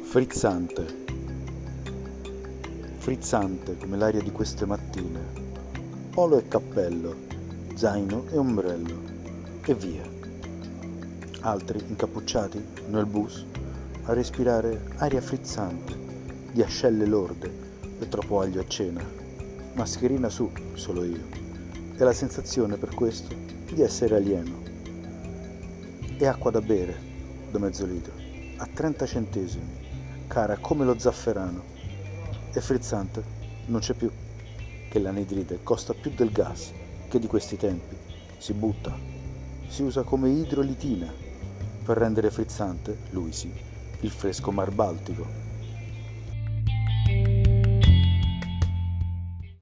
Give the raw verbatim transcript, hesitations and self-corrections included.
Frizzante, frizzante come l'aria di queste mattine, polo e cappello, zaino e ombrello, e via. Altri incappucciati nel bus a respirare aria frizzante di ascelle lorde e troppo aglio a cena, mascherina su, solo io, e la sensazione per questo di essere alieno. E acqua da bere, da mezzo litro, a trenta centesimi, cara come lo zafferano, e frizzante non c'è più, che l'anidride costa più del gas, che di questi tempi si butta, si usa come idrolitina per rendere frizzante, lui sì, il fresco mar Baltico.